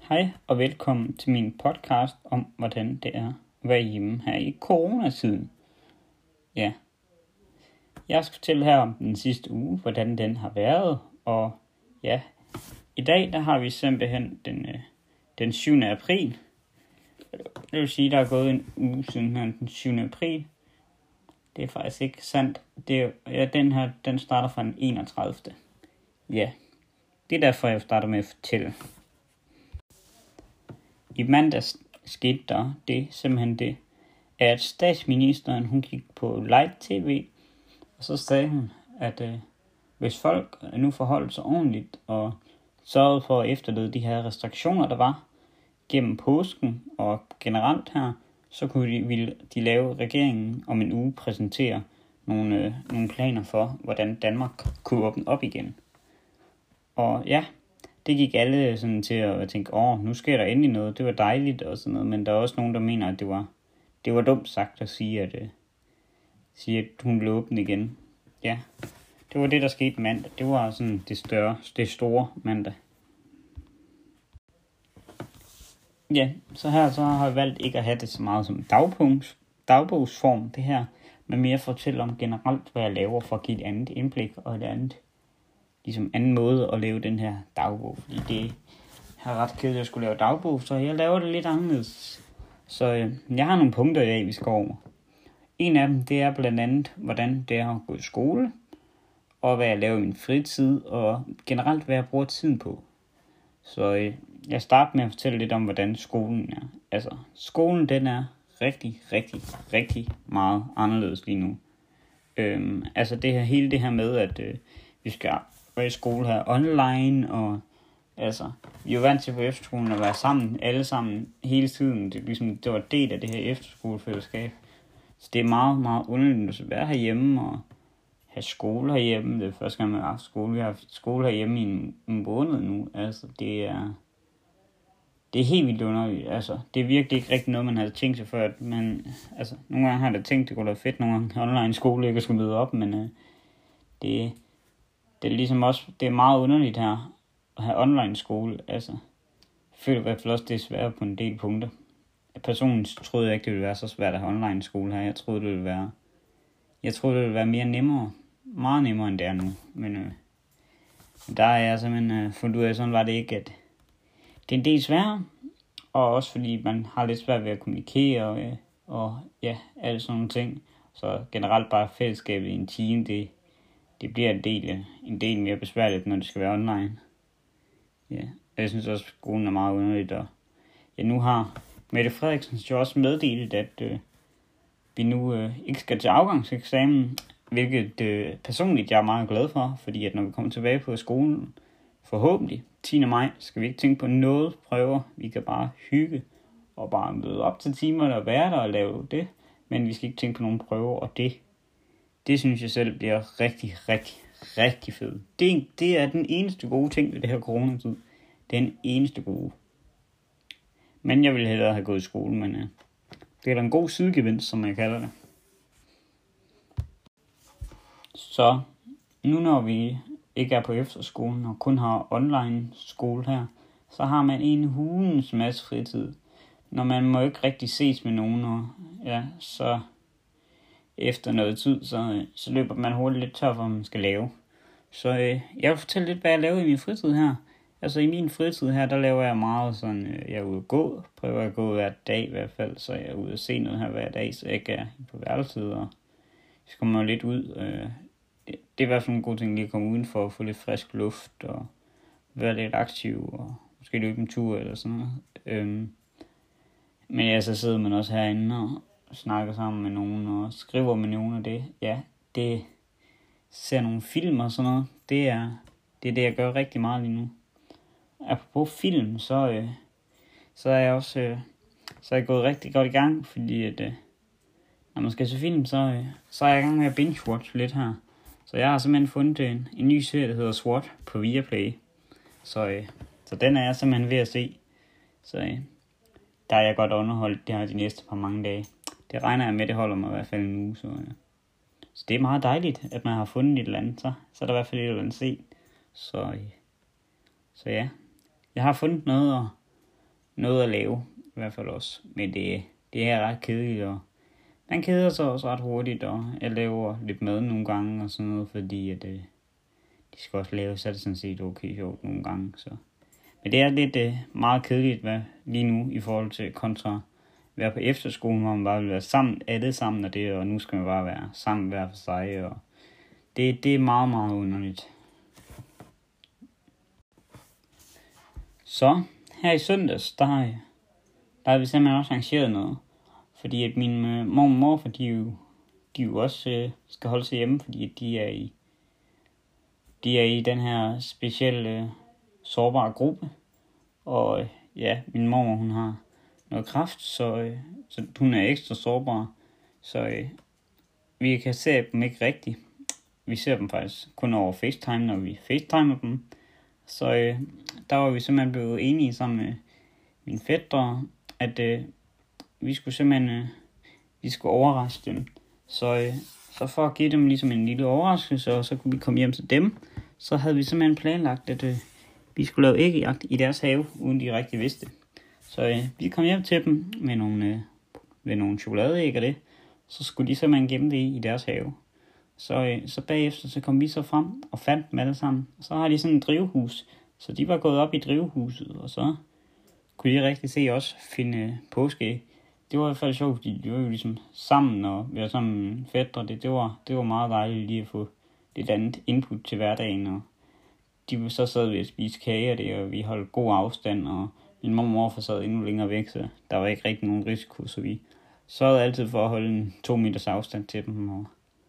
Hej og velkommen til min podcast om, hvordan det er at være hjemme her i coronatiden. Ja, jeg skal fortælle her om den sidste uge, hvordan den har været. Og ja, i dag der har vi simpelthen den 7. april. Det vil sige, der er gået en uge siden den 7. april. Det er faktisk ikke sandt. Den starter fra den 31. Ja, det er derfor, jeg starter med at fortælle. I mandags skete der simpelthen det, at statsministeren hun gik på live tv, og så sagde hun, at hvis folk nu forholdt sig ordentligt og sørgede for at efterleve de her restriktioner, der var gennem påsken og generelt her, så ville de lave regeringen om en uge præsentere nogle planer for, hvordan Danmark kunne åbne op igen. Og ja, det gik alle sådan til at tænke, nu sker der endelig noget, det var dejligt og sådan noget, men der er også nogen, der mener, at det var dumt sagt at sige, at hun blev åben igen. Ja, det var det, der skete mandag. Det var sådan det store mandag. Ja, så har jeg valgt ikke at have det så meget som dagbogsform, det her, men mere fortælle om generelt, hvad jeg laver for at give et andet indblik og et andet anden måde at lave den her dagbog, fordi det er ret kedeligt at skulle lave dagbog, så jeg laver det lidt anderledes. Så jeg har nogle punkter i dag, vi skal over. En af dem, det er blandt andet, hvordan det er at gå i skole, og hvad jeg laver i min fritid, og generelt, hvad jeg bruger tiden på. Så jeg starter med at fortælle lidt om, hvordan skolen er. Altså, skolen, den er rigtig, rigtig, rigtig meget anderledes lige nu. Hele det her med, at vi skal være i skole her online, og vi er jo vant til på efterskolen at være sammen, alle sammen, hele tiden. Det var del af det her efterskolefællesskab. Så det er meget, meget underligt at være herhjemme og have skole herhjemme. Det er første gang, vi har haft skole. Vi har haft skole herhjemme i en måned nu. Det er helt vildt underligt. Det er virkelig ikke rigtig noget, man havde tænkt sig før. Nogle gange har jeg tænkt, det kunne være fedt, nogle gange online skole ikke at skulle møde op, men det er ligesom også, det er meget underligt her at have online skole. Jeg føler i hvert fald også, det er svært på en del punkter. Personligt troede jeg ikke, det ville være så svært at have online skole her. Jeg troede, det ville være mere nemmere. Meget nemmere, end det er nu. Men der er jeg simpelthen fundet ud af, sådan var det ikke, at det er en del sværere. Og også fordi man har lidt svært ved at kommunikere og alle sådan nogle ting. Så generelt bare fællesskabet i en team, det bliver en del mere besværligt, når det skal være online. Ja, jeg synes også, at skolen er meget underligt. Og nu har Mette Frederiksen jo også meddelt, at vi nu ikke skal til afgangseksamen, hvilket personligt jeg er meget glad for, fordi at når vi kommer tilbage på skolen, forhåbentlig 10. maj, skal vi ikke tænke på noget prøver. Vi kan bare hygge og bare møde op til timerne og være der og lave det, men vi skal ikke tænke på nogen prøver, og det synes jeg selv bliver rigtig, rigtig, rigtig fedt. Det er den eneste gode ting ved det her coronatid. Den eneste gode. Men jeg ville hellere have gået i skole, men det er da en god sidegevinst, som jeg kalder det. Så nu når vi ikke er på efterskolen og kun har online skole her, så har man en hulens masse fritid. Når man må ikke rigtig ses med nogen, og så efter noget tid, så løber man hurtigt lidt tør for, hvad man skal lave. Så jeg vil fortælle lidt, hvad jeg laver i min fritid her. I min fritid her, der laver jeg meget sådan, jeg er ude at gå, prøver at gå hver dag i hvert fald, så jeg er ude at se noget her hver dag, så jeg ikke er på værelset, og så kommer jeg lidt ud. Det er i hvert fald en god ting lige at komme udenfor og få lidt frisk luft, og være lidt aktiv, og måske løbe en tur eller sådan noget. Men så sidder man også herinde og snakker sammen med nogen, og skriver med nogen af det. Ja, det ser nogle film og sådan noget. Det er det, jeg gør rigtig meget lige nu. Apropos film, så er jeg også så er jeg gået rigtig godt i gang, fordi at når man skal se film, så er jeg i gang med at binge-watch lidt her. Så jeg har simpelthen fundet en ny serie, der hedder SWAT på Viaplay. Så den er jeg simpelthen ved at se. Så der er jeg godt underholdt det her de næste par mange dage. Det regner jeg med, det holder mig i hvert fald en uge. Så det er meget dejligt, at man har fundet et eller andet. Så er der i hvert fald et eller andet set. Så ja, jeg har fundet noget noget at lave, i hvert fald også. Men det er ret kedeligt, og man keder sig også ret hurtigt, og jeg laver lidt mad nogle gange og sådan noget, fordi at de skal også lave, så er det sådan set okay sjovt nogle gange. Så. Men det er lidt meget kedeligt lige nu i forhold til kontra være på efterskolen, hvor man bare vil være sammen, alle sammen og det, og nu skal man bare være sammen hver for sig, og det er meget, meget underligt. Så her i søndags, der har vi simpelthen også arrangeret noget, fordi at min mor og morfar, de jo også skal holde sig hjemme, fordi at de er i den her specielle sårbare gruppe, og min mor, hun har noget kræft, så hun er ekstra sårbar, så vi kan se dem ikke rigtigt. Vi ser dem faktisk kun over FaceTime, når vi FaceTimer dem. Så der var vi simpelthen blevet enige sammen med mine fætre, at vi skulle overraske dem. Så for at give dem ligesom en lille overraskelse, og så kunne vi komme hjem til dem, så havde vi simpelthen planlagt, at vi skulle lave æggejagt i deres have, uden de rigtig vidste. Så vi kom hjem til dem med nogle chokoladeæg og det, så skulle de simpelthen gemme det i deres have. Så bagefter så kom vi så frem og fandt dem alle sammen. Og så har de sådan et drivhus, så de var gået op i drivhuset, og så kunne de rigtig se os finde påskeæg. Det var i hvert fald sjovt, fordi de var jo ligesom sammen, og vi var sammen fætre. Det var meget dejligt lige at få lidt andet input til hverdagen, og så sad vi at spise kage af det, og vi holdt god afstand, og min mor og morfar sad endnu længere væk, så der var ikke rigtig nogen risiko, så vi sørgede altid for at holde en 2 meters afstand til dem, og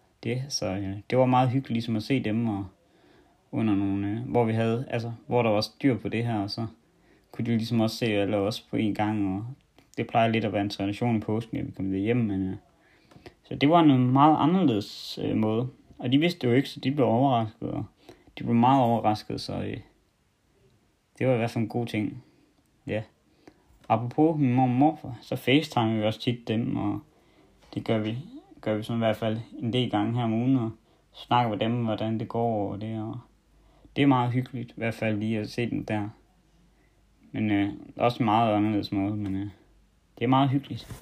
det var meget hyggeligt ligesom at se dem, og under nogle, hvor der var styr på det her, og så kunne de ligesom også se alle os på en gang, og det plejer lidt at være en tradition i påsken, at vi kom hjem, men så det var en meget anderledes måde, og de vidste jo ikke, så de blev overrasket, og de blev meget overrasket, så det var i hvert fald en god ting. Ja. Apropos min mor og morfar, så FaceTime vi også tit dem, og det gør vi sådan i hvert fald en del gange her om ugen, og snakker med dem, hvordan det går, og det er meget hyggeligt, i hvert fald lige at se dem der. Men også meget anderledes måde, men det er meget hyggeligt.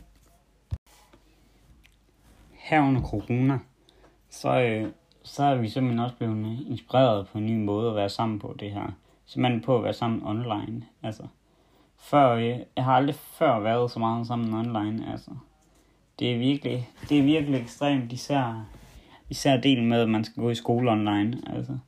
Her under corona, så er vi simpelthen også blevet inspireret på en ny måde at være sammen på det her. Simpelthen på at være sammen online, altså. Jeg har aldrig før været så meget sammen online, altså. Det er virkelig ekstremt, især delen med, at man skal gå i skole online, altså.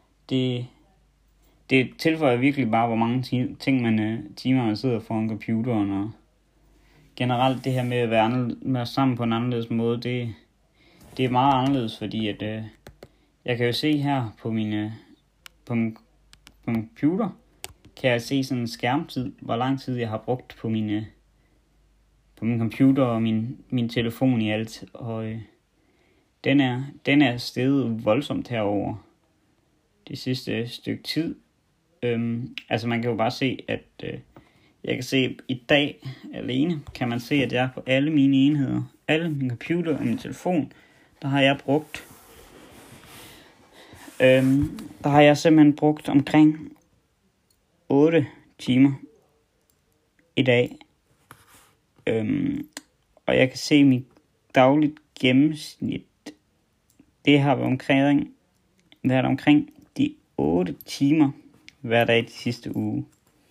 Det tilføjer virkelig bare, hvor mange timer man sidder foran computeren, og generelt det her med at være sammen på en anderledes måde, det er meget anderledes, fordi at jeg kan jo se her på min computer, kan jeg se sådan en skærmtid, hvor lang tid jeg har brugt på min computer og min telefon i alt, og den er steget voldsomt herover det sidste stykke tid. Altså man kan jo bare se, at jeg kan se i dag alene, kan man se, at jeg på alle mine enheder, alle mine computer og min telefon, der har jeg simpelthen brugt omkring 8 timer i dag. Og jeg kan se mit dagligt gennemsnit, det har været omkring de 8 timer hver dag de sidste uge.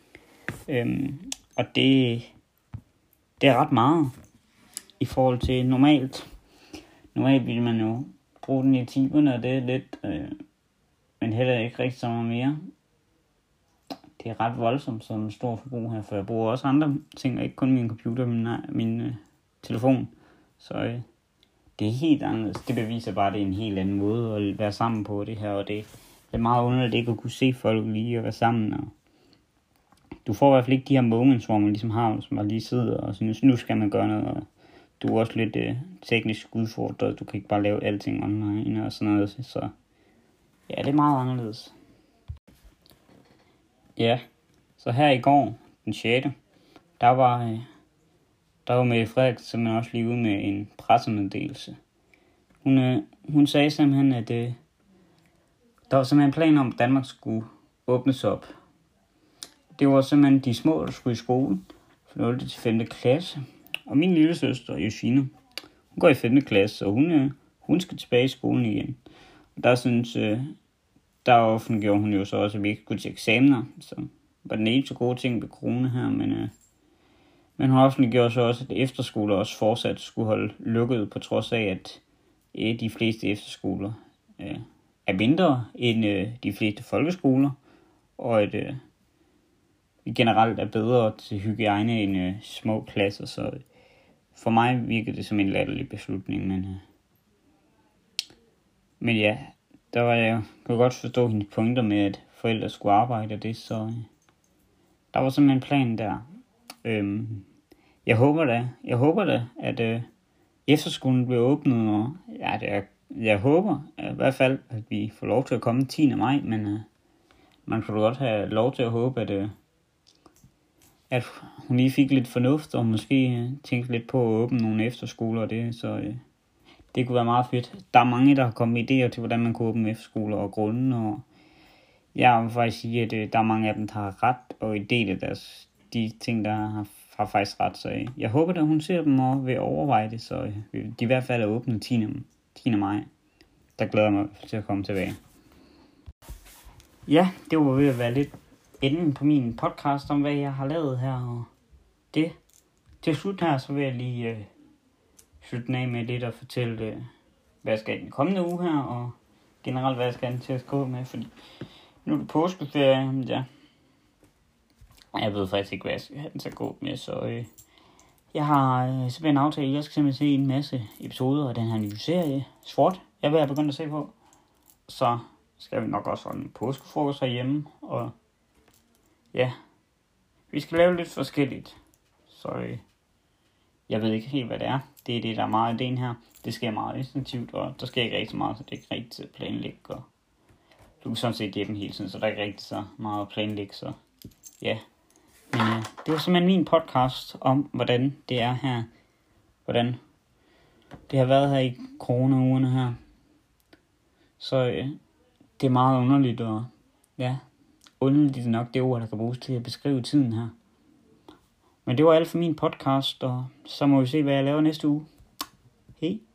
Og det er ret meget i forhold til normalt. Normalt vil man jo bruge den i timerne, og det er lidt, men heller ikke rigtig så meget mere. Det er ret voldsomt som en stor forbrug her, for jeg bruger også andre ting, og ikke kun min computer, men min telefon. Så det er helt anderledes. Det beviser bare, at det er en helt anden måde at være sammen på det her, og det er meget underligt ikke at kunne se folk lige og være sammen. Og du får i hvert fald ikke de her moments, hvor man ligesom har, som man lige sidder og synes, nu skal man gøre noget, og du er også lidt teknisk udfordret, du kan ikke bare lave alting online og sådan noget, så ja, det er meget anderledes. Ja, så her i går, den 6. Der var Mette Frederiksen simpelthen også lige ude med en pressemeddelelse. Hun sagde simpelthen, at der var simpelthen planer om, at Danmark skulle åbnes op. Det var simpelthen de små, der skulle i skole, fra 0. til 5. klasse. Og min lille søster, Josine, hun går i 5. klasse, og hun skal tilbage i skolen igen. Og der synes, der offentliggjorde hun jo så også, at vi ikke skulle til eksamener. Så var den eneste gode ting ved corona her, men hun offentliggjorde så også, at efterskoler også fortsat skulle holde lukket, på trods af, at de fleste efterskoler er mindre end de fleste folkeskoler, og at vi generelt er bedre til hygiejne end små klasser, så for mig virkede det som en latterlig beslutning, men ja, der var jeg kunne godt forstå hendes pointer med, at forældre skulle arbejde og det, så der var simpelthen en plan der. Jeg håber da, at efterskolen bliver åbnet, og jeg håber i hvert fald, at vi får lov til at komme 10. maj, men man kunne godt have lov til at håbe, at hun lige fik lidt fornuft, og måske tænkte lidt på at åbne nogle efterskoler og det, så det kunne være meget fedt. Der er mange, der har kommet idéer til, hvordan man kunne åbne efterskoler og grunden, og jeg vil faktisk sige, at der er mange af dem, der har ret, og en del af de ting, der har faktisk ret, så jeg håber, at hun ser dem og vil overveje det, så de i hvert fald er åbnet 10. maj. Der glæder jeg mig til at komme tilbage. Ja, det var ved at være lidt enden på min podcast om, hvad jeg har lavet her, og det til slut her, så vil jeg lige slutte den af med lidt at fortælle, hvad jeg skal i den kommende uge her, og generelt, hvad jeg skal til at gå med, fordi nu er det påskeferie, ja. Jeg ved faktisk ikke, hvad jeg skal have den til at gå med, så jeg har simpelthen aftalt, at jeg skal simpelthen se en masse episoder af den her nye serie, Sword, jeg vil have begyndt at se på. Så skal vi nok også holde en påskefrokost herhjemme, og ja, vi skal lave lidt forskelligt, så jeg ved ikke helt, hvad det er. Det er det, der er meget af den her. Det sker meget instinktivt, og der sker ikke rigtig meget, så det er ikke rigtig at planlægge, og du kan sådan set hjemme hele tiden, så der er ikke rigtig så meget at planlægge, så ja. Men det var simpelthen min podcast om, hvordan det er her, hvordan det har været her i corona-ugerne her. Så det er meget underligt, og ja, underligt nok det ord, der kan bruges til at beskrive tiden her. Men det var alt for min podcast, og så må vi se, hvad jeg laver næste uge. Hej.